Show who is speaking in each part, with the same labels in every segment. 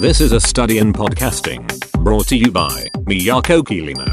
Speaker 1: This is a study in podcasting brought to you by Miyako Kirino.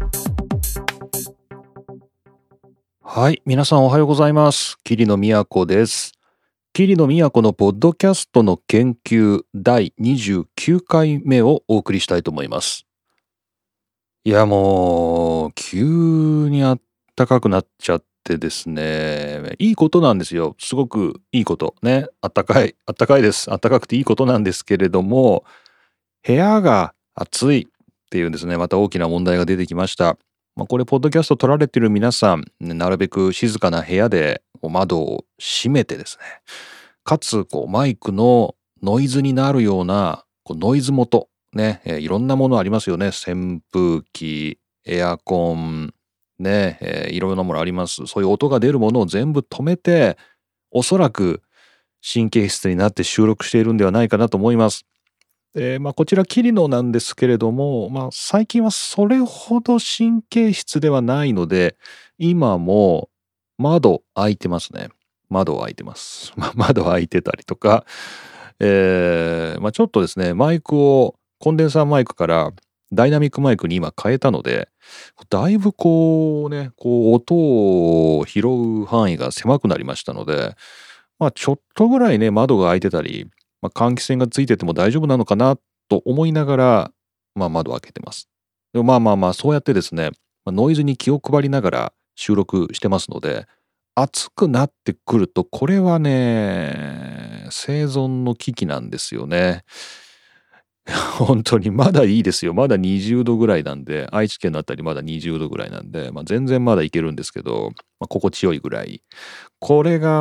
Speaker 2: はい、皆さんおはようございます。桐野都です。桐野都のポッドキャストの研究第29回目をお送りしたいと思います。いやもう急にあったかくなっちゃってですね、いいことなんですよ。すごくいいことね。あったかいです。あったかくていいことなんですけれども、部屋が暑いっていうんですね、また大きな問題が出てきました。これポッドキャスト撮られてる皆さん、なるべく静かな部屋で窓を閉めてですね、かつマイクのノイズになるようなノイズ元ね、いろんなものありますよね。扇風機、エアコンね、いろんなものあります。そういう音が出るものを全部止めて、おそらく神経質になって収録しているんではないかなと思います。こちら桐野なんですけれども、最近はそれほど神経質ではないので、今も窓開いてますね。窓開いてます。窓開いてたりとか、ちょっとですね、マイクをコンデンサーマイクからダイナミックマイクに今変えたので、だいぶ音を拾う範囲が狭くなりましたので、ちょっとぐらいね、窓が開いてたり、換気扇がついてても大丈夫なのかなと思いながら、窓を開けてます。でもそうやってですね、ノイズに気を配りながら収録してますので、暑くなってくるとこれはね、生存の危機なんですよね。本当にまだいいですよ。まだ20度ぐらいなんで、愛知県のあたりまだ20度ぐらいなんで、全然まだいけるんですけど、心地よいぐらい。これが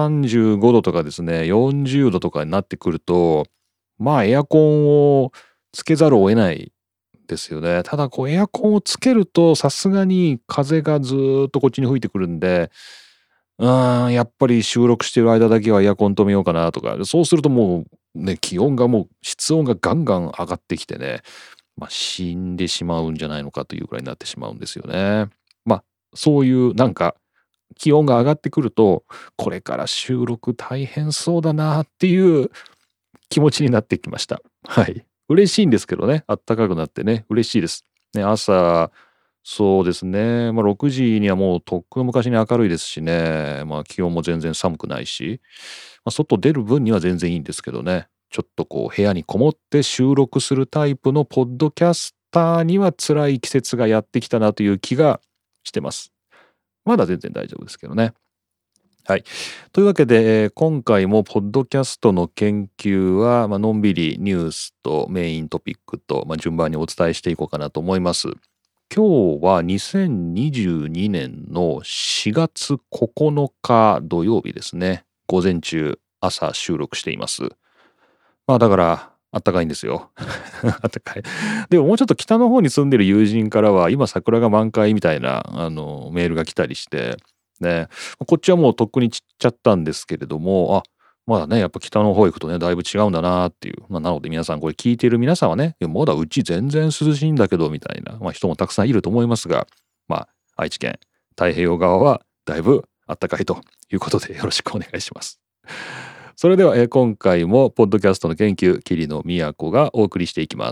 Speaker 2: 35度とかですね、40度とかになってくると、エアコンをつけざるを得ないですよね。ただエアコンをつけるとさすがに風がずーっとこっちに吹いてくるんで、やっぱり収録してる間だけはエアコン止めようかなとか、そうするともうね、気温が室温がガンガン上がってきてね、死んでしまうんじゃないのかというぐらいになってしまうんですよね。そういう気温が上がってくると、これから収録大変そうだなっていう気持ちになってきました。はい。嬉しいんですけどね、あったかくなってね、嬉しいです。ね、朝、そうですね、6時にはもうとっくの昔に明るいですしね、気温も全然寒くないし、外出る分には全然いいんですけどね、ちょっと部屋にこもって収録するタイプのポッドキャスターには辛い季節がやってきたなという気がしてます。まだ全然大丈夫ですけどね。はい。というわけで、今回もポッドキャストの研究は、のんびりニュースとメイントピックと、順番にお伝えしていこうかなと思います。今日は2022年の4月9日土曜日ですね。午前中、朝収録しています。だから、あったかいんですよ。あったかい。でももうちょっと北の方に住んでる友人からは、今桜が満開みたいな、メールが来たりして、ね、こっちはもうとっくに散っちゃったんですけれども、まだね、やっぱ北の方行くとね、だいぶ違うんだなっていう。なので皆さん、これ聞いている皆さんはね、いやまだうち全然涼しいんだけど、みたいな、人もたくさんいると思いますが、愛知県太平洋側はだいぶあったかいということでよろしくお願いします。それでは、今回もポッドキャストの研究、桐野都がお送りしていきます。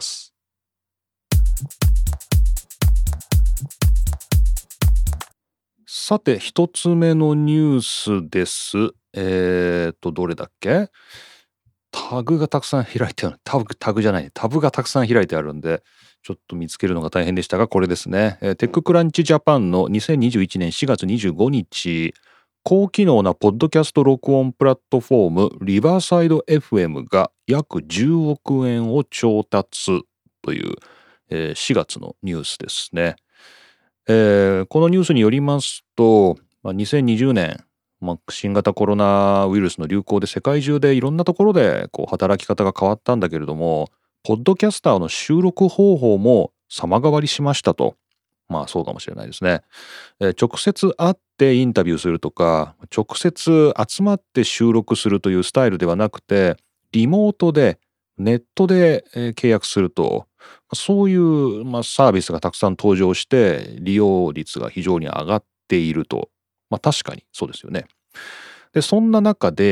Speaker 2: さて、一つ目のニュースです。どれだっけ？タグがたくさん開いてある。タグじゃない。タブがたくさん開いてあるんで、ちょっと見つけるのが大変でしたが、これですね。テッククランチジャパンの2021年4月25日、高機能なポッドキャスト録音プラットフォーム、リバーサイド FM が約10億円を調達という、4月のニュースですね。このニュースによりますと、2020年、新型コロナウイルスの流行で世界中でいろんなところで働き方が変わったんだけれども、ポッドキャスターの収録方法も様変わりしましたと。そうかもしれないですね。直接会ってインタビューするとか、直接集まって収録するというスタイルではなくて、リモートでネットで契約すると、そういうサービスがたくさん登場して利用率が非常に上がっていると。確かにそうですよね。でそんな中で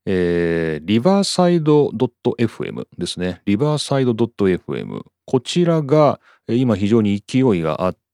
Speaker 2: リバーサイド .fm ですね。リバーサイド .fm。こちらが今非常に勢いがあって、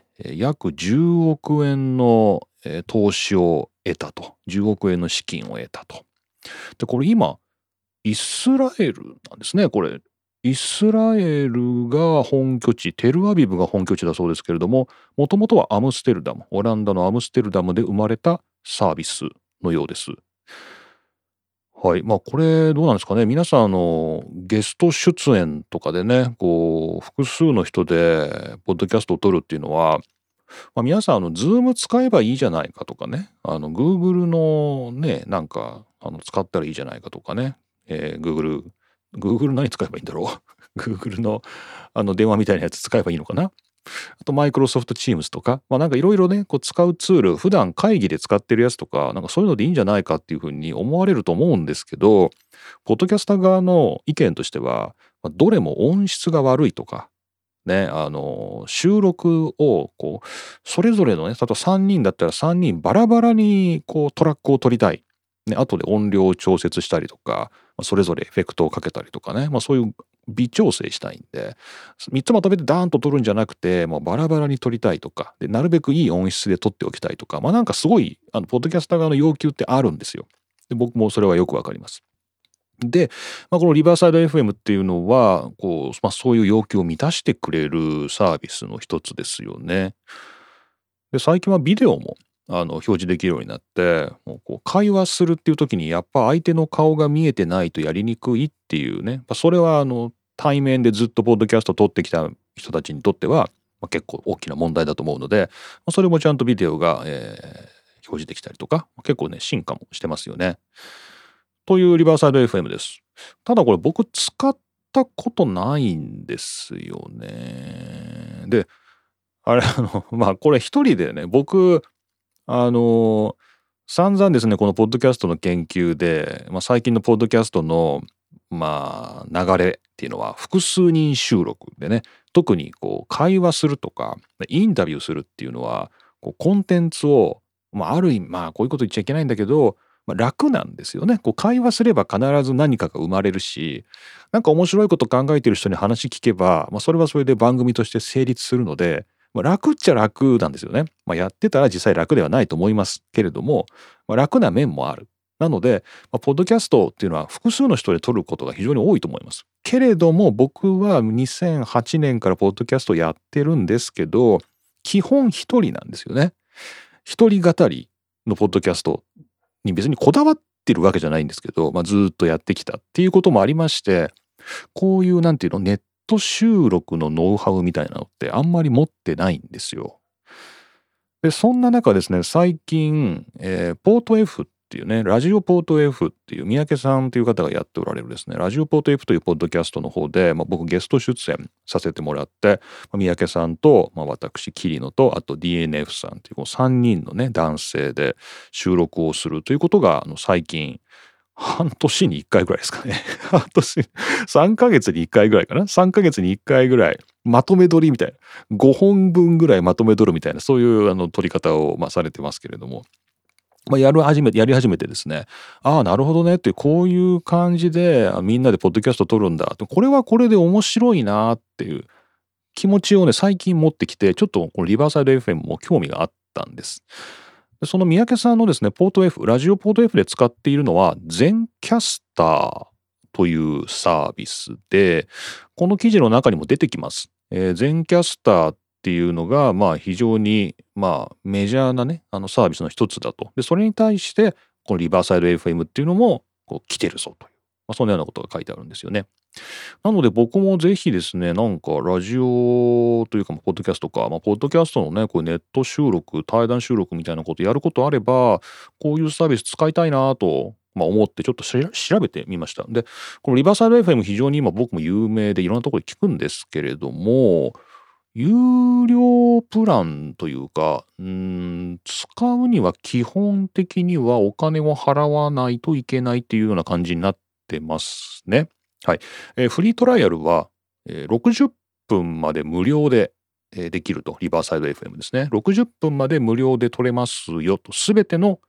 Speaker 2: 約10億円の投資を得たと。10億円の資金を得たと。で、これ今、イスラエルなんですね、これ。イスラエルが本拠地、テルアビブが本拠地だそうですけれども、もともとはアムステルダム、オランダのアムステルダムで生まれたサービスのようです。はい。まあこれどうなんですかね。皆さんゲスト出演とかでね、こう複数の人でポッドキャストを撮るっていうのは、まあ、皆さんズーム使えばいいじゃないかとかね、Google のね、なんか使ったらいいじゃないかとかね、Google 何使えばいいんだろう。Google の電話みたいなやつ使えばいいのかな。あとマイクロソフトチームズとか、まあなんかいろいろね、こう使うツール、普段会議で使ってるやつとか、なんかそういうのでいいんじゃないかっていうふうに思われると思うんですけど、ポッドキャスター側の意見としては、どれも音質が悪いとか、ね、収録をこう、それぞれのね、例えば3人だったら3人バラバラにこうトラックを取りたい。ね、後で音量を調節したりとか、それぞれエフェクトをかけたりとかね、まあそういう微調整したいんで、3つまとめてダーンと撮るんじゃなくて、もうバラバラに撮りたいとか、で、なるべくいい音質で撮っておきたいとか、まあなんかすごい、ポッドキャスター側の要求ってあるんですよ。で、僕もそれはよくわかります。で、まあ、このリバーサイド FM っていうのはこう、まあ、そういう要求を満たしてくれるサービスの一つですよね。で、最近はビデオも表示できるようになって、もうこう会話するっていう時にやっぱ相手の顔が見えてないとやりにくいっていうね、それは対面でずっとポッドキャスト撮ってきた人たちにとっては、まあ、結構大きな問題だと思うので、まあ、それもちゃんとビデオが、表示できたりとか結構ね進化もしてますよね。というリバーサイド FM です。ただこれ僕使ったことないんですよね。で、あれまあこれ一人でね、僕、あの、散々ですね、このポッドキャストの研究で、まあ、最近のポッドキャストの、まあ、流れっていうのは複数人収録でね、特にこう会話するとか、インタビューするっていうのは、こうコンテンツを、まあ、ある意味、まあ、こういうこと言っちゃいけないんだけど、まあ、楽なんですよね。こう会話すれば必ず何かが生まれるし、なんか面白いこと考えてる人に話聞けば、まあ、それはそれで番組として成立するので、まあ、楽っちゃ楽なんですよね。まあ、やってたら実際楽ではないと思いますけれども、まあ、楽な面もある。なので、まあ、ポッドキャストっていうのは複数の人で撮ることが非常に多いと思います。けれども僕は2008年からポッドキャストやってるんですけど、基本一人なんですよね。一人語りのポッドキャストに別にこだわってるわけじゃないんですけど、まあ、ずっとやってきたっていうこともありまして、こういうなんていうの、ネット収録のノウハウみたいなのってあんまり持ってないんですよ。で、そんな中ですね、最近、ポート F っていうね、ラジオポート F っていう三宅さんという方がやっておられるですね、ラジオポート F というポッドキャストの方で、まあ、僕ゲスト出演させてもらって、三宅さんと、まあ、私、桐野と、あと DNF さんというこの3人のね、男性で収録をするということが、最近、半年に1回ぐらいですかね。半年、3ヶ月に1回ぐらいかな。3ヶ月に1回ぐらい、まとめ撮りみたいな。5本分ぐらいまとめ撮るみたいな、そういう撮り方を、まあ、されてますけれども。まあ、やり始めてですね。ああ、なるほどねって、こういう感じで、みんなでポッドキャスト撮るんだ。これはこれで面白いなっていう気持ちをね、最近持ってきて、ちょっとこのリバーサイド FM も興味があったんです。その三宅さんのですね、ポート F、ラジオポート F で使っているのは、全キャスターというサービスで、この記事の中にも出てきます。全キャスターっていうのが、まあ非常に、まあメジャーなね、サービスの一つだと。で、それに対して、このリバーサイド FM っていうのも、こう来てるぞという。まあ、そんなようなことが書いてあるんですよね。なので僕もぜひですね、なんかラジオというか、ポッドキャストか、まあ、ポッドキャストのね、こうネット収録、対談収録みたいなことやることあれば、こういうサービス使いたいなと、まあ、思ってちょっと調べてみました。で、このリバーサイド FM 非常に今僕も有名でいろんなところで聞くんですけれども、有料プランというか、使うには基本的にはお金を払わないといけないっていうような感じになってますね。はい。フリートライアルは、60分まで無料で、できると。リバーサイド FM ですね。60分まで無料で取れますよと。すべての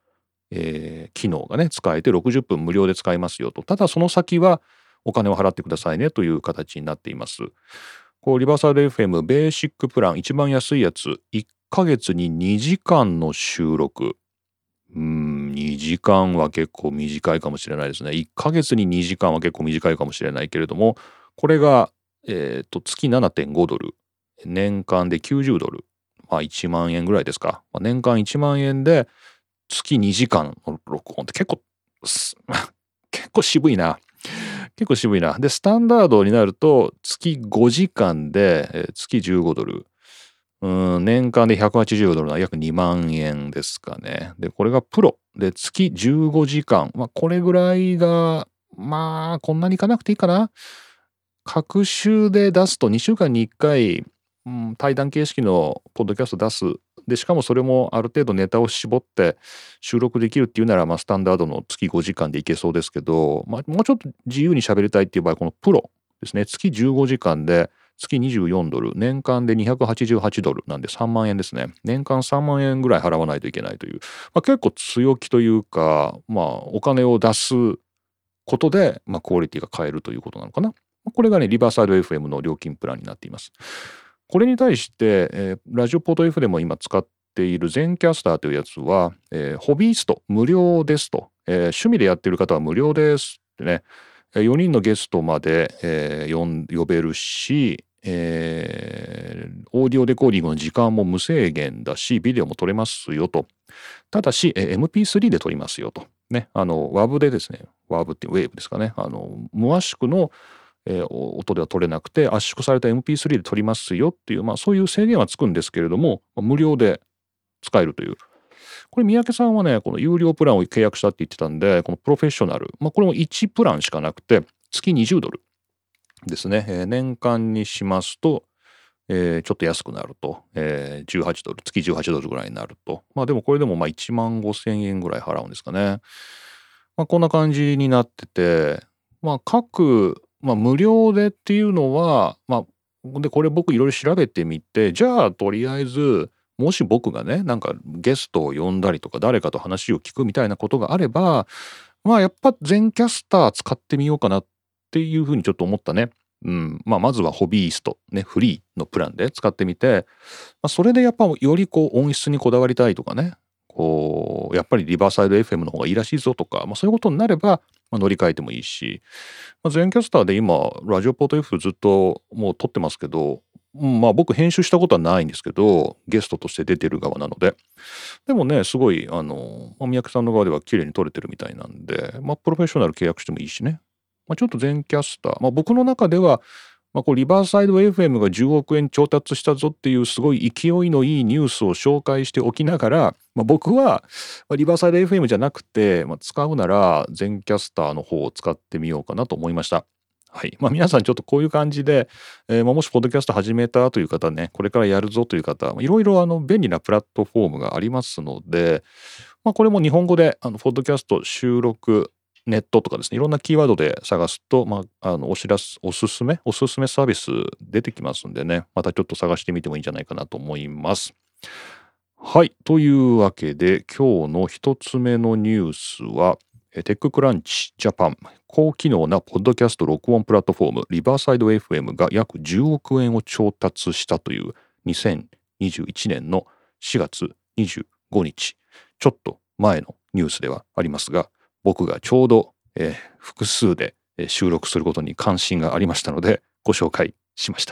Speaker 2: 機能がね使えて60分無料で使えますよと。ただその先はお金を払ってくださいねという形になっています。こうリバーサイド FM ベーシックプラン一番安いやつ1ヶ月に2時間の収録。2時間は結構短いかもしれないですね。1ヶ月に2時間は結構短いかもしれないけれども、これが、月 7.5 ドル、年間で90ドル、まあ1万円ぐらいですか。年間1万円で月2時間の録音って結構結構渋いな。結構渋いな。で、スタンダードになると月5時間で、月15ドル。年間で180ドルの約2万円ですかね。で、これがプロで月15時間。まあ、これぐらいが、まあ、こんなにいかなくていいかな。各週で出すと2週間に1回、対談形式のポッドキャスト出す。で、しかもそれもある程度ネタを絞って収録できるっていうなら、まあ、スタンダードの月5時間でいけそうですけど、まあ、もうちょっと自由に喋りたいっていう場合、このプロですね。月15時間で、月24ドル、年間で288ドルなんで3万円ですね。年間3万円ぐらい払わないといけないという、まあ、結構強気というか、まあ、お金を出すことで、まあ、クオリティが変えるということなのかな。これがね、リバーサイド FM の料金プランになっています。これに対して、ラジオポート F でも今使っているゼンキャスターというやつは、ホビースト無料ですと、趣味でやっている方は無料ですってね、4人のゲストまで、呼べるし、オーディオレコーディングの時間も無制限だし、ビデオも撮れますよと。ただし、MP3 で撮りますよと。ね、WAV でですね、WAV ってウェーブですかね、無圧縮の、音では撮れなくて圧縮された MP3 で撮りますよっていう、まあそういう制限はつくんですけれども、無料で使えるという。これ三宅さんはね、この有料プランを契約したって言ってたんで、このプロフェッショナル、まあこれも1プランしかなくて、月20ドルですね。年間にしますと、ちょっと安くなると、18ドル、月18ドルぐらいになると。まあでもこれでもまあ1万5,000円ぐらい払うんですかね。まあこんな感じになってて、まあまあ無料でっていうのは、まあ、でこれ僕いろいろ調べてみて、じゃあとりあえず、もし僕がね、なんかゲストを呼んだりとか誰かと話を聞くみたいなことがあれば、まあやっぱ全キャスター使ってみようかなっていうふうにちょっと思ったね。まあまずはホビースト、ね、フリーのプランで使ってみて、まあ、それでやっぱよりこう音質にこだわりたいとかね、こうやっぱりリバーサイド FM の方がいいらしいぞとか、まあ、そういうことになれば、まあ、乗り換えてもいいし、まあ、全キャスターで今ラジオポート F ずっともう撮ってますけど、まあ僕編集したことはないんですけど、ゲストとして出てる側なので、でもねすごいまあ、三宅さんの側では綺麗に撮れてるみたいなんで、まあプロフェッショナル契約してもいいしね、まあ、ちょっと全キャスター、まあ、僕の中では、まあ、こうリバーサイド FM が10億円調達したぞっていうすごい勢いのいいニュースを紹介しておきながら、まあ、僕はリバーサイド FM じゃなくて、まあ、使うなら全キャスターの方を使ってみようかなと思いました。はい。まあ皆さんちょっとこういう感じで、まあ、もしポッドキャスト始めたという方ね、これからやるぞという方、いろいろ便利なプラットフォームがありますので、まあこれも日本語でポッドキャスト収録ネットとかですね、いろんなキーワードで探すと、まあ、おすすめサービス出てきますんでね、またちょっと探してみてもいいんじゃないかなと思います。はい。というわけで、今日の一つ目のニュースは、テッククランチジャパン、高機能なポッドキャスト録音プラットフォーム、リバーサイド FM が約10億円を調達したという2021年の4月25日、ちょっと前のニュースではありますが、僕がちょうど、複数で収録することに関心がありましたのでご紹介しました。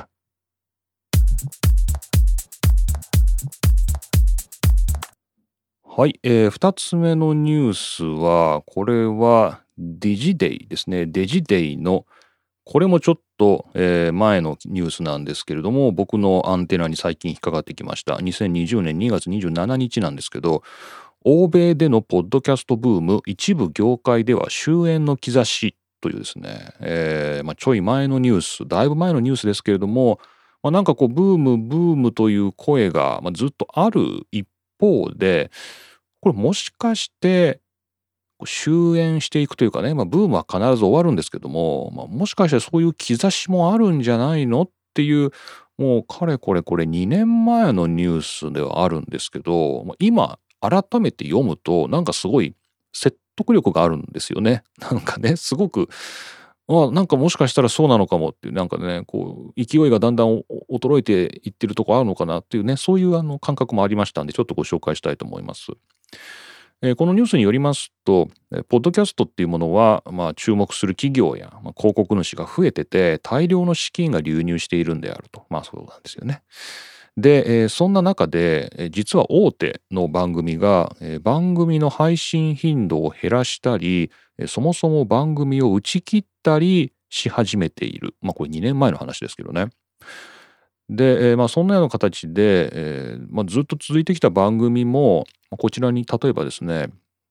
Speaker 2: はい、2つ目のニュースは、これはデジデイですね。デジデイのこれもちょっと、前のニュースなんですけれども、僕のアンテナに最近引っかかってきました。2020年2月27日なんですけど、欧米でのポッドキャストブーム、一部業界では終焉の兆しというですね、まあ、ちょい前のニュース、だいぶ前のニュースですけれども、まあ、なんかこうブームという声が、まあ、ずっとある一方で、これもしかして終焉していくというかね、まあ、ブームは必ず終わるんですけども、まあ、もしかしてそういう兆しもあるんじゃないのっていう、もうかれこれ2年前のニュースではあるんですけど、今改めて読むとなんかすごい説得力があるんですよね。なんかね、すごく、なんかもしかしたらそうなのかもっていう、なんかね、こう勢いがだんだん衰えていってるとこあるのかなっていうね、そういう感覚もありましたんで、ちょっとご紹介したいと思います。このニュースによりますと、ポッドキャストっていうものは、注目する企業や、広告主が増えてて、大量の資金が流入しているんであると。そうなんですよね。で、そんな中で、実は大手の番組が、番組の配信頻度を減らしたり、そもそも番組を打ち切ったりし始めている。これ2年前の話ですけどね。で、そんなような形で、ずっと続いてきた番組も、こちらに例えばですね、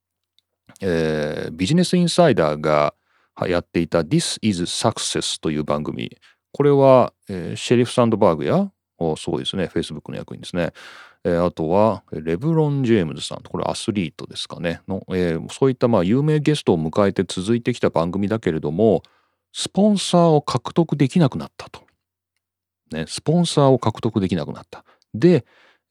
Speaker 2: ビジネスインサイダーがやっていた This is Success という番組。これは、シェリフ・サンドバーグや、すごいですね、Facebook の役員ですね。あとは、レブロン・ジェームズさん、これアスリートですかね、の、そういった有名ゲストを迎えて続いてきた番組だけれども、スポンサーを獲得できなくなったと。ね、スポンサーを獲得できなくなった。で、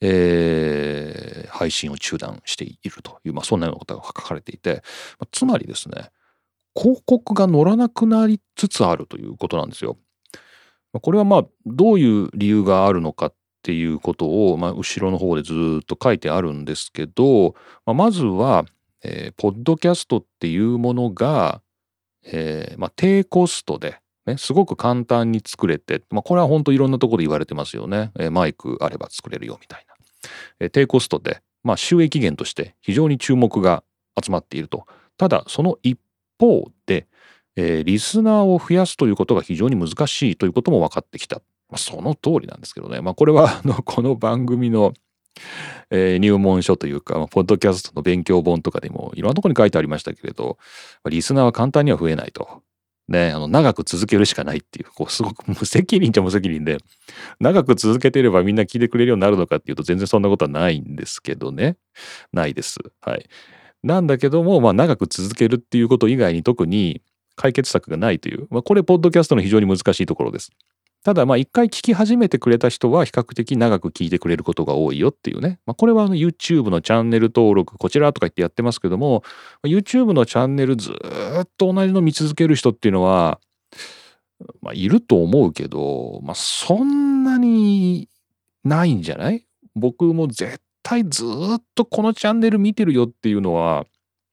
Speaker 2: 配信を中断しているという、そんなようなことが書かれていて、つまりですね、広告が乗らなくなりつつあるということなんですよ。これはどういう理由があるのかっていうことを、後ろの方でずっと書いてあるんですけど、まずは、ポッドキャストっていうものが、低コストで、ね、すごく簡単に作れて、これは本当いろんなところで言われてますよね。マイクあれば作れるよみたいな。低コストで、収益源として非常に注目が集まっていると。ただその一方で、リスナーを増やすということが非常に難しいということも分かってきた。その通りなんですけどね。これはこの番組の、入門書というか、ポッドキャストの勉強本とかでもいろんなところに書いてありましたけれど、リスナーは簡単には増えないと。ね、長く続けるしかないっていう、すごく無責任っちゃ無責任で、長く続けてればみんな聞いてくれるようになるのかっていうと全然そんなことはないんですけどね。ないです。はい。なんだけども、長く続けるっていうこと以外に特に解決策がないという、これポッドキャストの非常に難しいところです。ただ一回聞き始めてくれた人は比較的長く聞いてくれることが多いよっていうね。これはYouTube のチャンネル登録こちらとか言ってやってますけども、YouTube のチャンネルずっと同じの見続ける人っていうのは、いると思うけど、そんなにないんじゃない？僕も絶対ずっとこのチャンネル見てるよっていうのは、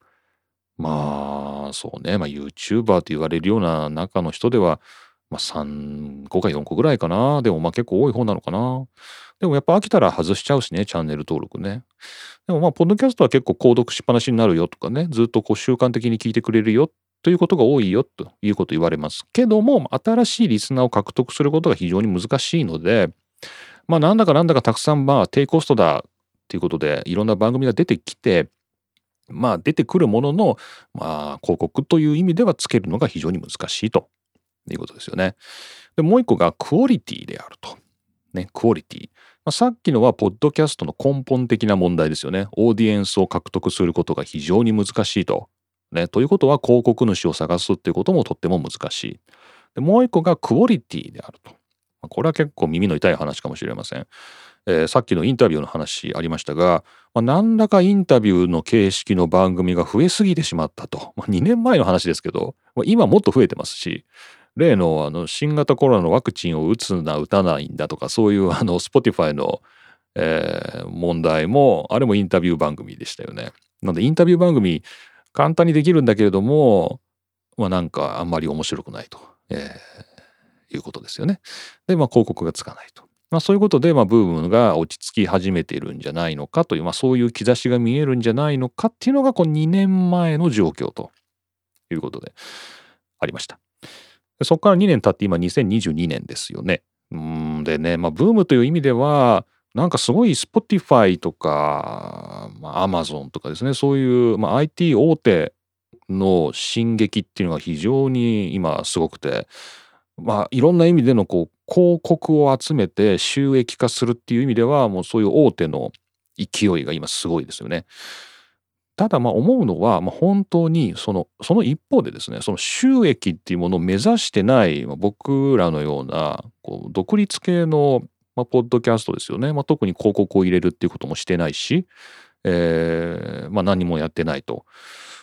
Speaker 2: そうね、YouTuber と言われるような中の人では、3個か4個ぐらいかな。でも結構多い方なのかな。でもやっぱ飽きたら外しちゃうしね、チャンネル登録ね。でもポッドキャストは結構購読しっぱなしになるよとかね、ずっと習慣的に聞いてくれるよということが多いよということ言われますけども、新しいリスナーを獲得することが非常に難しいので、なんだかたくさん低コストだっていうことでいろんな番組が出てきて、出てくるものの、広告という意味ではつけるのが非常に難しいということですよね。で、もう一個がクオリティであると。ね、クオリティ。さっきのはポッドキャストの根本的な問題ですよね。オーディエンスを獲得することが非常に難しいと。ね、ということは広告主を探すっていうこともとっても難しい。で、もう一個がクオリティであると。これは結構耳の痛い話かもしれません。さっきのインタビューの話ありましたが、何らかインタビューの形式の番組が増えすぎてしまったと。2年前の話ですけど、今もっと増えてますし、例の新型コロナのワクチンを打つな打たないんだとか、そういうSpotify の、問題も、あれもインタビュー番組でしたよね。なのでインタビュー番組簡単にできるんだけれども、なんかあんまり面白くないと、いうことですよね。で、広告がつかないと。そういうことで、ブームが落ち着き始めているんじゃないのかという、そういう兆しが見えるんじゃないのかっていうのが、この2年前の状況ということでありました。そこから2年経って今2022年ですよね。でね、ブームという意味では、なんかすごい Spotify とか、Amazon とかですね、そういう、IT 大手の進撃っていうのが非常に今すごくて、いろんな意味での広告を集めて収益化するっていう意味では、もうそういう大手の勢いが今すごいですよね。ただ思うのは、本当にその一方でですね、その収益っていうものを目指してない、僕らのような独立系の、ポッドキャストですよね。特に広告を入れるっていうこともしてないし、何もやってないと。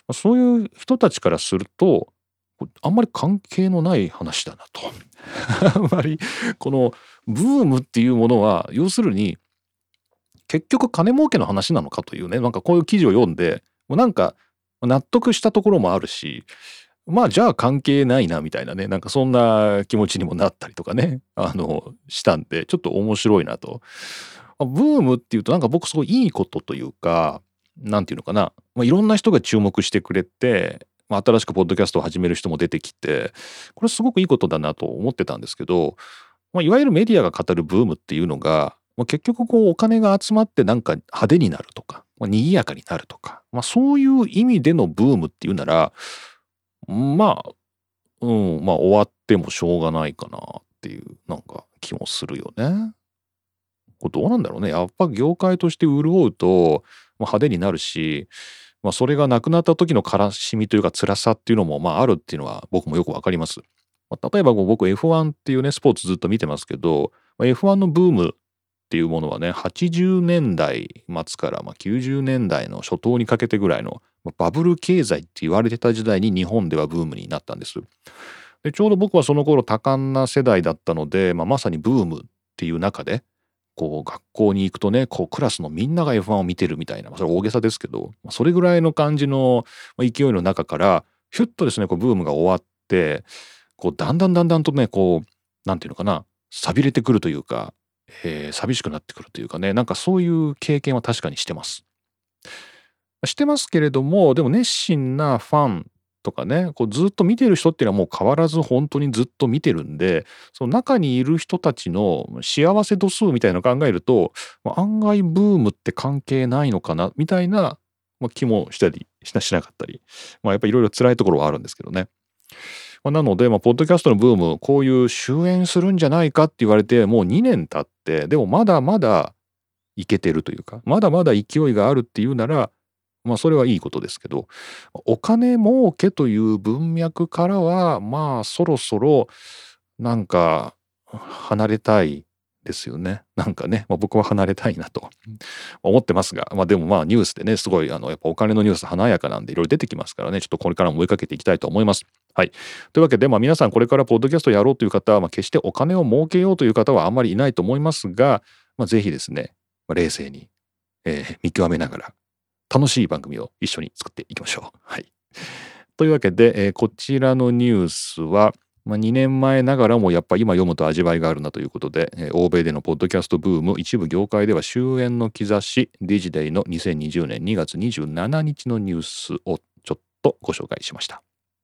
Speaker 2: そういう人たちからするとあんまり関係のない話だなとあんまりこのブームっていうものは要するに結局金儲けの話なのかというね、なんかこういう記事を読んでもうなんか納得したところもあるし、まあじゃあ関係ないなみたいなね、なんかそんな気持ちにもなったりとかね、したんでちょっと面白いなと。ブームっていうとなんか僕すごいいいことというか、なんていうのかな、いろんな人が注目してくれて、新しくポッドキャストを始める人も出てきて、これすごくいいことだなと思ってたんですけど、いわゆるメディアが語るブームっていうのが、結局こうお金が集まってなんか派手になるとか、賑やかになるとか、そういう意味でのブームっていうなら、まあ、終わってもしょうがないかなっていうなんか気もするよね。これどうなんだろうね。やっぱ業界として潤うと派手になるし、それがなくなった時の悲しみというか辛さっていうのもあるっていうのは僕もよくわかります。例えば僕 F1 っていうねスポーツずっと見てますけど、F1 のブームっていうものはね80年代末から90年代の初頭にかけてぐらいのバブル経済って言われてた時代に日本ではブームになったんです。でちょうど僕はその頃多感な世代だったので、まさにブームっていう中でこう学校に行くとねこうクラスのみんなが F1 を見てるみたいな、それ大げさですけど、それぐらいの感じの勢いの中からヒュッとですねこうブームが終わってこうだんだんとねこうなんていうのかな寂れてくるというか、寂しくなってくるというかね、なんかそういう経験は確かにしてます。してますけれども、でも熱心なファンとかねこうずっと見てる人っていうのはもう変わらず本当にずっと見てるんで、その中にいる人たちの幸せ度数みたいなのを考えると、案外ブームって関係ないのかなみたいな、気もしたりしなかったり、やっぱりいろいろ辛いところはあるんですけどね。なので、ポッドキャストのブームこういう終焉するんじゃないかって言われてもう2年経ってでもまだまだいけてるというか、まだまだ勢いがあるっていうならそれはいいことですけど、お金儲けという文脈からはそろそろなんか離れたいですよね。なんかね、僕は離れたいなと思ってますが、でもニュースでねすごいやっぱお金のニュース華やかなんでいろいろ出てきますからね、ちょっとこれからも追いかけていきたいと思います。はい。というわけで皆さんこれからポッドキャストやろうという方は、決してお金を儲けようという方はあんまりいないと思いますが、ぜひですね、冷静に、見極めながら楽しい番組を一緒に作っていきましょう。はい。というわけで、こちらのニュースは、2年前ながらもやっぱり今読むと味わいがあるなということで、欧米でのポッドキャストブーム一部業界では終焉の兆し、デジデイの2020年2月27日のニュースをちょっとご紹介しました。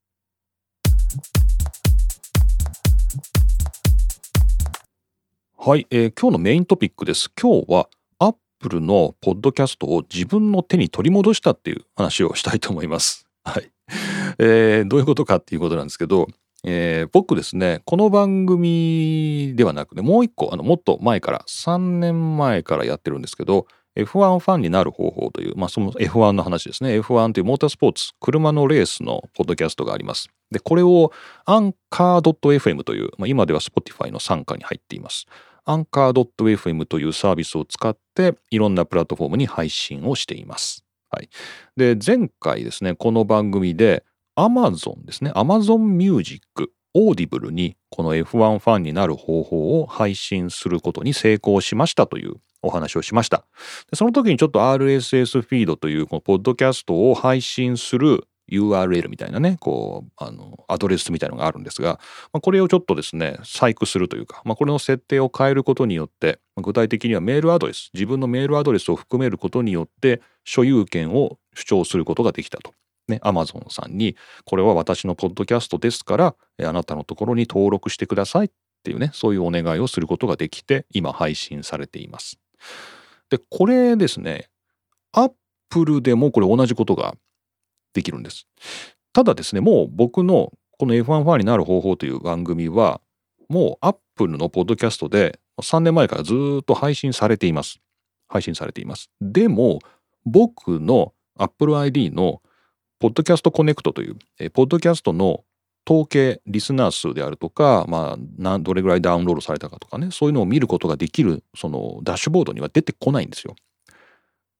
Speaker 2: はい、今日のメイントピックです。今日はアップルのポッドキャストを自分の手に取り戻したっていう話をしたいと思います。はい。どういうことかっていうことなんですけど、僕ですねこの番組ではなくねもう一個もっと前から3年前からやってるんですけど F1 ファンになる方法というその F1 の話ですね。 F1 というモータースポーツ車のレースのポッドキャストがあります。でこれをアンカー .fm という、今では Spotify の傘下に入っていますアンカー .fm というサービスを使っていろんなプラットフォームに配信をしています。はい、で前回ですねこの番組でAmazon ですね Amazon Music Audible にこの F1 ファンになる方法を配信することに成功しましたというお話をしました。でその時にちょっと RSS フィードというこのポッドキャストを配信する URL みたいなねこうアドレスみたいなのがあるんですが、これをちょっとですね細工するというか、これの設定を変えることによって具体的にはメールアドレス自分のメールアドレスを含めることによって所有権を主張することができたと。ね、Amazon さんにこれは私のポッドキャストですからあなたのところに登録してくださいっていうねそういうお願いをすることができて今配信されています。でこれですね Apple でもこれ同じことができるんです。ただですねもう僕のこの F1 ファンになる方法という番組はもう Apple のポッドキャストで3年前からずっと配信されています。でも僕の Apple ID のポッドキャストコネクトというポッドキャストの統計リスナー数であるとか、どれぐらいダウンロードされたかとかねそういうのを見ることができるそのダッシュボードには出てこないんですよ。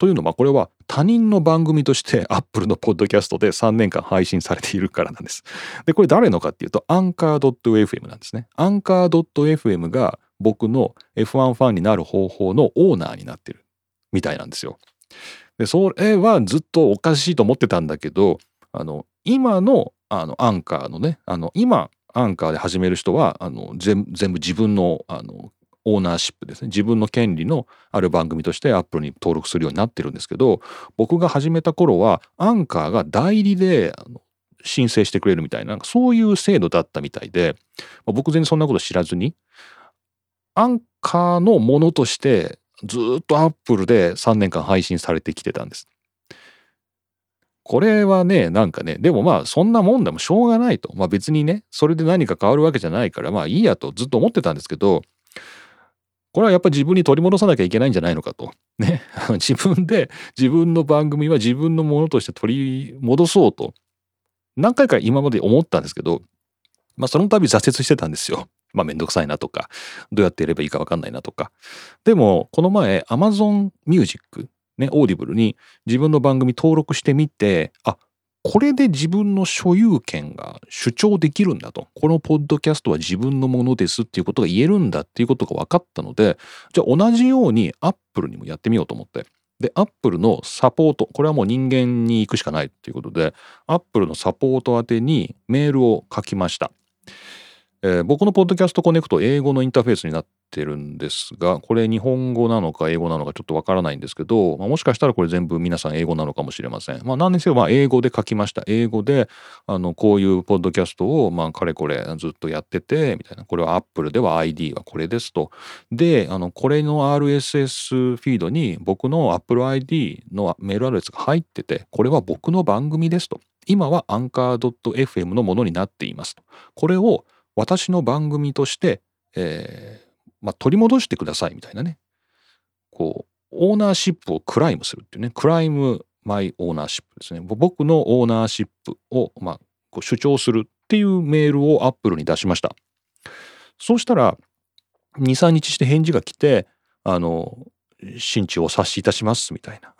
Speaker 2: というのはこれは他人の番組として Apple のポッドキャストで3年間配信されているからなんです。で、これ誰のかっていうと Anchor.fm なんですね。Anchor.fm が僕の F1 ファンになる方法のオーナーになってるみたいなんですよ。で、それはずっとおかしいと思ってたんだけど、今のアンカーのね、今アンカーで始める人は全部自分のオーナーシップですね、自分の権利のある番組としてアップルに登録するようになってるんですけど、僕が始めた頃はアンカーが代理で申請してくれるみたいな、そういう制度だったみたいで、僕全然そんなこと知らずにアンカーのものとしてずっとアップルで3年間配信されてきてたんです。これはね、なんかね、でもまあそんなもんでもしょうがないと。まあ別にね、それで何か変わるわけじゃないから、まあいいやとずっと思ってたんですけど、これはやっぱり自分に取り戻さなきゃいけないんじゃないのかと。ね。自分で自分の番組は自分のものとして取り戻そうと。何回か今まで思ったんですけど、まあその度挫折してたんですよ。まあめんどくさいなとか、どうやってやればいいかわかんないなとか。でも、この前 Amazon Music、ね、オーディブルに自分の番組登録してみて、あ、これで自分の所有権が主張できるんだと。このポッドキャストは自分のものですっていうことが言えるんだっていうことが分かったので、じゃあ同じように Apple にもやってみようと思って。で、Apple のサポート、これはもう人間に行くしかないっていうことで、Apple のサポート宛てにメールを書きました。僕のポッドキャストコネクト英語のインターフェースになってるんですが、これ日本語なのか英語なのかちょっとわからないんですけど、もしかしたらこれ全部皆さん英語なのかもしれません。なんですけど、英語で書きました。英語で、こういうポッドキャストを、かれこれずっとやってて、みたいな。これは Apple では ID はこれですと。で、これの RSS フィードに僕の Apple ID のメールアドレスが入ってて、これは僕の番組ですと。今は Anchor.fm のものになっていますと。これを私の番組として、取り戻してくださいみたいなね。こう、オーナーシップをクライムするっていうね。クライムマイオーナーシップですね。僕のオーナーシップを、こう主張するっていうメールをアップルに出しました。そうしたら、2、3日して返事が来て、心中お察しいたしますみたいな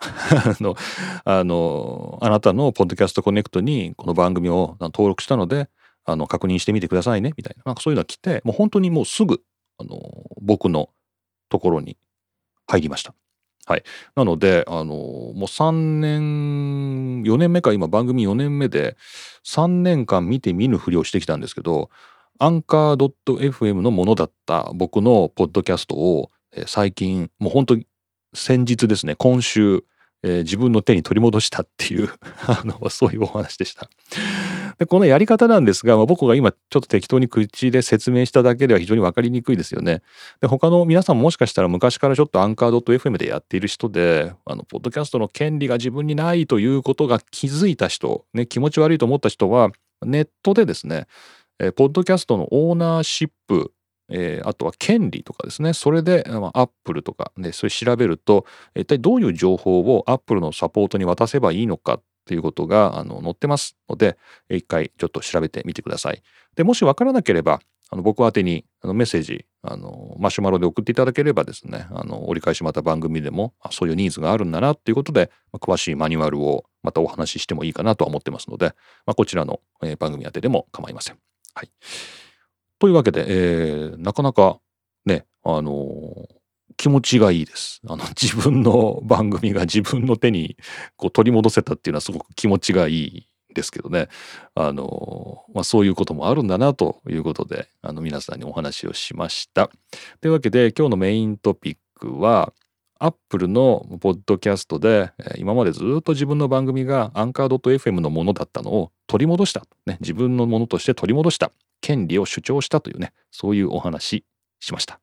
Speaker 2: あなたのポッドキャストコネクトにこの番組を登録したので確認してみてくださいねみたいな、そういうのが来て、もう本当にもうすぐ僕のところに入りました。はい。なのでもう3年4年目か、今番組4年目で3年間見て見ぬふりをしてきたんですけど、Anchor.fm のものだった僕のポッドキャストを最近もう本当に先日ですね、今週、自分の手に取り戻したっていうそういうお話でした。で、このやり方なんですが、僕が今ちょっと適当に口で説明しただけでは非常に分かりにくいですよね。で、他の皆さんももしかしたら昔からちょっと Anchor.fm でやっている人で、ポッドキャストの権利が自分にないということが気づいた人、ね、気持ち悪いと思った人は、ネットでですね、ポッドキャストのオーナーシップ、あとは権利とかですね、それで、アップルとかね、それ調べると、一体どういう情報をアップルのサポートに渡せばいいのかっていうことが載ってますので、一回ちょっと調べてみてください。で、もしわからなければ、僕宛てにメッセージ、マシュマロで送っていただければですね、折り返しまた番組でも、そういうニーズがあるんだなっていうことで、詳しいマニュアルをまたお話ししてもいいかなとは思ってますので、こちらの、番組宛てでも構いません。はい。というわけで、なかなかね、気持ちがいいです。自分の番組が自分の手にこう取り戻せたっていうのはすごく気持ちがいいですけどね。そういうこともあるんだなということで、皆さんにお話をしました。というわけで、今日のメイントピックは、アップルのポッドキャストで、今までずっと自分の番組がアンカー .fm のものだったのを取り戻した。ね、自分のものとして取り戻した。権利を主張したというね、そういうお話しました。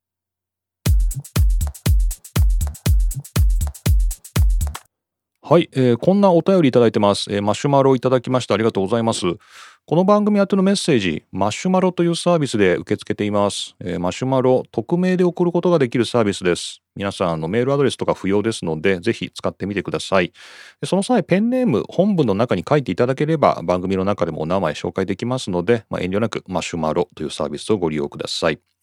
Speaker 2: はい、こんなお便りいただいてます。マシュマロいただきましてありがとうございます。この番組宛てのメッセージ、マシュマロというサービスで受け付けています。マシュマロ、匿名で送ることができるサービスです。皆さんメールアドレスとか不要ですので、ぜひ使ってみてください。その際、ペンネーム、本文の中に書いていただければ、番組の中でもお名前紹介できますので、遠慮なくマシュマロというサービスをご利用ください。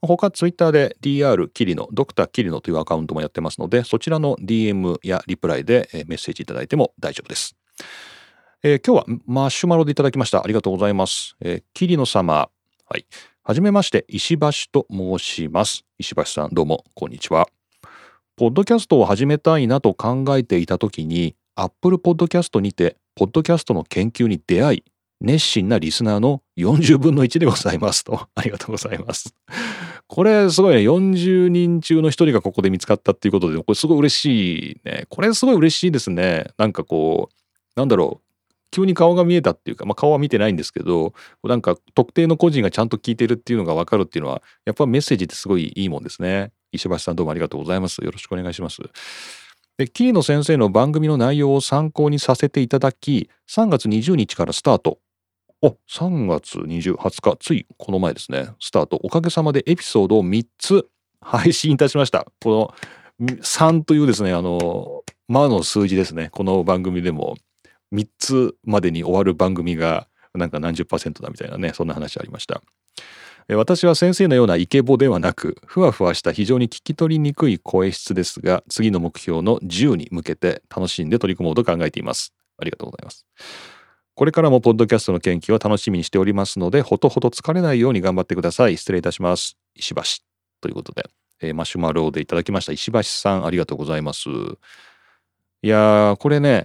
Speaker 2: 他ツイッターで DR キリノ、ドクターキリノというアカウントもやってますので、そちらの DM やリプライでメッセージいただいても大丈夫です。今日はマシュマロでいただきました。ありがとうございます。キリノ様、はい。はじめまして、石橋と申します。石橋さん、どうも、こんにちは。ポッドキャストを始めたいなと考えていたときに、Apple Podcast にて、ポッドキャストの研究に出会い、熱心なリスナーの40分の1でございますと。ありがとうございます。これすごいね、40人中の1人がここで見つかったっていうことで、これすごい嬉しいね。これすごい嬉しいですね。なんかこう、なんだろう。急に顔が見えたっていうか、顔は見てないんですけど、なんか特定の個人がちゃんと聞いてるっていうのが分かるっていうのは、やっぱメッセージってすごいいいもんですね。石橋さんどうもありがとうございます。よろしくお願いします。で、キーノ先生の番組の内容を参考にさせていただき、3月20日からスタート。3月20日、ついこの前ですね、スタート。おかげさまでエピソードを3つ配信いたしました。この3というですね、魔の数字ですね。この番組でも3つまでに終わる番組がなんか何十%だみたいなね、そんな話ありました。私は先生のようなイケボではなく、ふわふわした非常に聞き取りにくい声質ですが、次の目標の10に向けて楽しんで取り組もうと考えています。ありがとうございます。これからもポッドキャストの研究を楽しみにしておりますので、ほとほと疲れないように頑張ってください。失礼いたします。石橋ということで、マシュマロでいただきました石橋さん、ありがとうございます。いやー、これね、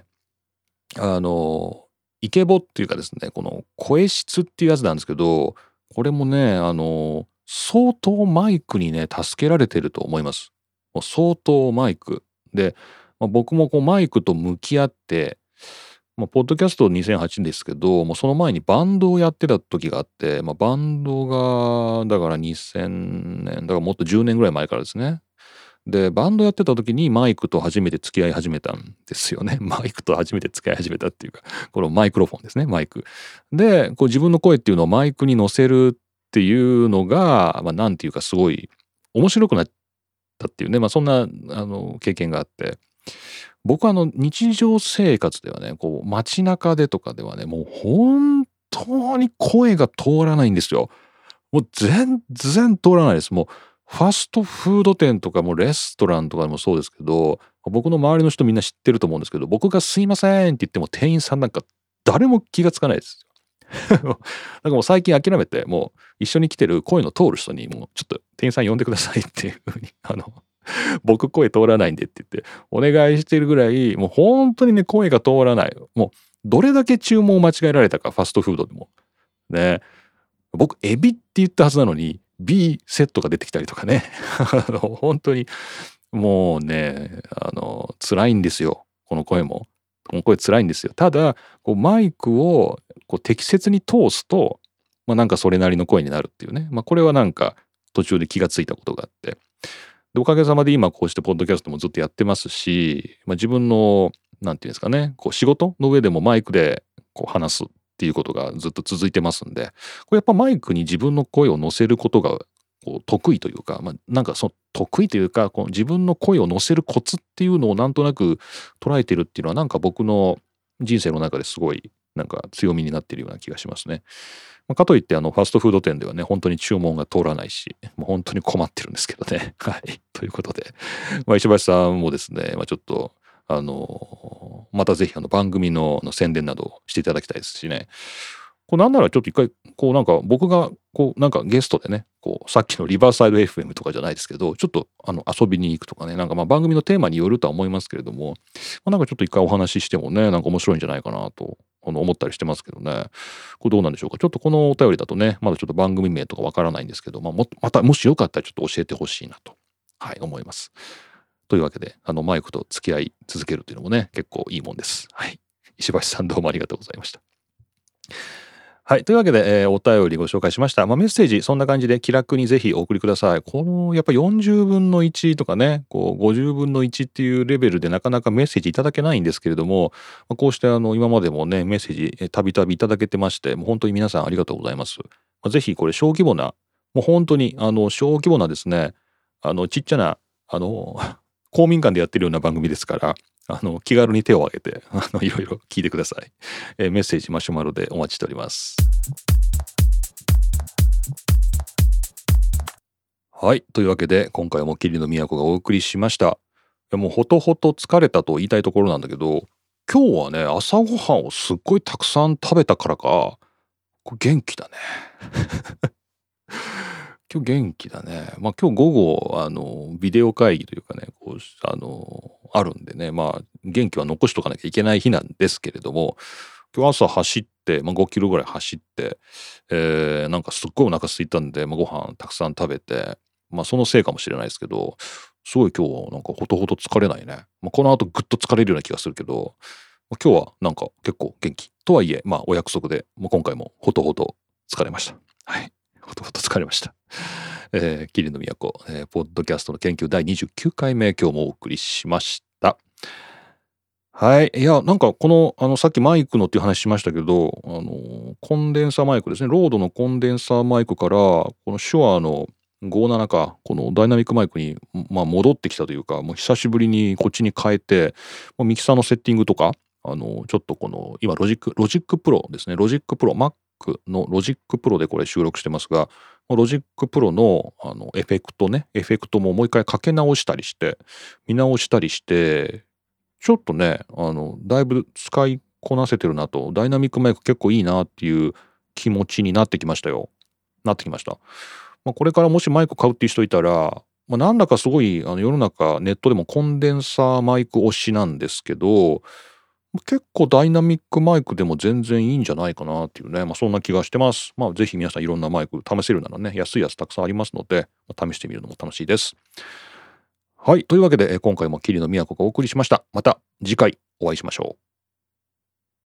Speaker 2: イケボっていうかですね、この声質っていうやつなんですけど、これもね、相当マイクにね、助けられてると思います。もう相当マイク。で、僕もこうマイクと向き合って、ポッドキャスト2008ですけど、もうその前にバンドをやってた時があって、バンドが、だから2000年、だからもっと10年ぐらい前からですね。で、バンドやってた時にマイクと初めて付き合い始めたんですよね。マイクと初めて付き合い始めたっていうか、このマイクロフォンですね、マイク。で、こう自分の声っていうのをマイクに乗せるっていうのが、なんていうかすごい面白くなったっていうね、そんな経験があって、僕は日常生活ではね、こう街中でとかではね、もう本当に声が通らないんですよ。もう全然通らないです。もうファストフード店とかもレストランとかでもそうですけど、僕の周りの人みんな知ってると思うんですけど、僕がすいませんって言っても店員さんなんか誰も気がつかないです。だからもう最近諦めて、もう一緒に来てる声の通る人にもうちょっと店員さん呼んでくださいっていうふうに、僕声通らないんでって言ってお願いしてるぐらい、もう本当にね、声が通らない。もうどれだけ注文を間違えられたか、ファストフードでも。ね。僕、エビって言ったはずなのに、B セットが出てきたりとかね。本当に、もうね、辛いんですよ。この声も。この声辛いんですよ。ただ、こうマイクをこう適切に通すと、なんかそれなりの声になるっていうね。これはなんか途中で気がついたことがあって。で、おかげさまで今こうしてポッドキャストもずっとやってますし、自分の、なんていうんですかね、こう仕事の上でもマイクでこう話すっていうことがずっと続いてますんで、これやっぱマイクに自分の声を乗せることがこう得意というか、なんかその得意というか、この自分の声を乗せるコツっていうのをなんとなく捉えてるっていうのはなんか僕の人生の中ですごいなんか強みになっているような気がしますね。かといってファストフード店ではね、本当に注文が通らないし、もう本当に困ってるんですけどね。はい。ということで、石橋さんもですね、ちょっと、またぜひ番組の宣伝などをしていただきたいですしね。こうなんならちょっと一回、こうなんか僕が、こうなんかゲストでね、こうさっきのリバーサイド FM とかじゃないですけど、ちょっと遊びに行くとかね、なんか番組のテーマによるとは思いますけれども、なんかちょっと一回お話ししてもね、なんか面白いんじゃないかなと思ったりしてますけどね。これどうなんでしょうか。ちょっとこのお便りだとね、まだちょっと番組名とかわからないんですけど、またもしよかったらちょっと教えてほしいなと、はい、思います。というわけで、マイクと付き合い続けるというのもね、結構いいもんです。はい。石橋さんどうもありがとうございました。はい。というわけで、お便りご紹介しました。メッセージ、そんな感じで気楽にぜひお送りください。この、やっぱ40分の1とかね、こう、50分の1っていうレベルでなかなかメッセージいただけないんですけれども、こうして今までもね、メッセージたびたびいただけてまして、もう本当に皆さんありがとうございます。ぜひこれ小規模な、もう本当に、小規模なですね、ちっちゃな、公民館でやってるような番組ですから、気軽に手を挙げて、いろいろ聞いてください。メッセージマシュマロでお待ちしております。 はい。というわけで、今回も桐野都がお送りしました。もうほとほと疲れたと言いたいところなんだけど、今日はね、朝ごはんをすっごいたくさん食べたからか、元気だね。今日元気だね。今日午後、ビデオ会議というかね、あるんでね、元気は残しとかなきゃいけない日なんですけれども、今日朝走って、5キロぐらい走って、なんかすっごいお腹空いたんで、ご飯たくさん食べて、そのせいかもしれないですけど、すごい今日はなんかほとほと疲れないね。この後ぐっと疲れるような気がするけど、今日はなんか結構元気。とはいえ、お約束で、今回もほとほと疲れました。はい。ほとほと疲れました。桐野都、ポッドキャストの研究第29回目、今日もお送りしました。はい。いや、なんかさっきマイクのっていう話しましたけど、コンデンサーマイクですね。ロードのコンデンサーマイクから、この手話の57か、このダイナミックマイクに、戻ってきたというか、もう久しぶりにこっちに変えて、ミキサーのセッティングとか、ちょっと今ロジックプロですね。ロジックプロ、Mac のロジックプロでこれ収録してますが、ロジックプロのエフェクトももう一回かけ直したりして、見直したりして、ちょっとね、だいぶ使いこなせてるなと、ダイナミックマイク結構いいなっていう気持ちになってきましたよ。なってきました。これからもしマイク買うっていう人いたら、なんだかすごい世の中ネットでもコンデンサーマイク推しなんですけど、結構ダイナミックマイクでも全然いいんじゃないかなっていうね、そんな気がしてます。ぜひ皆さんいろんなマイク試せるならね、安いやつたくさんありますので、試してみるのも楽しいです。はい。というわけで、今回も桐野都がお送りしました。また次回お会いしましょう。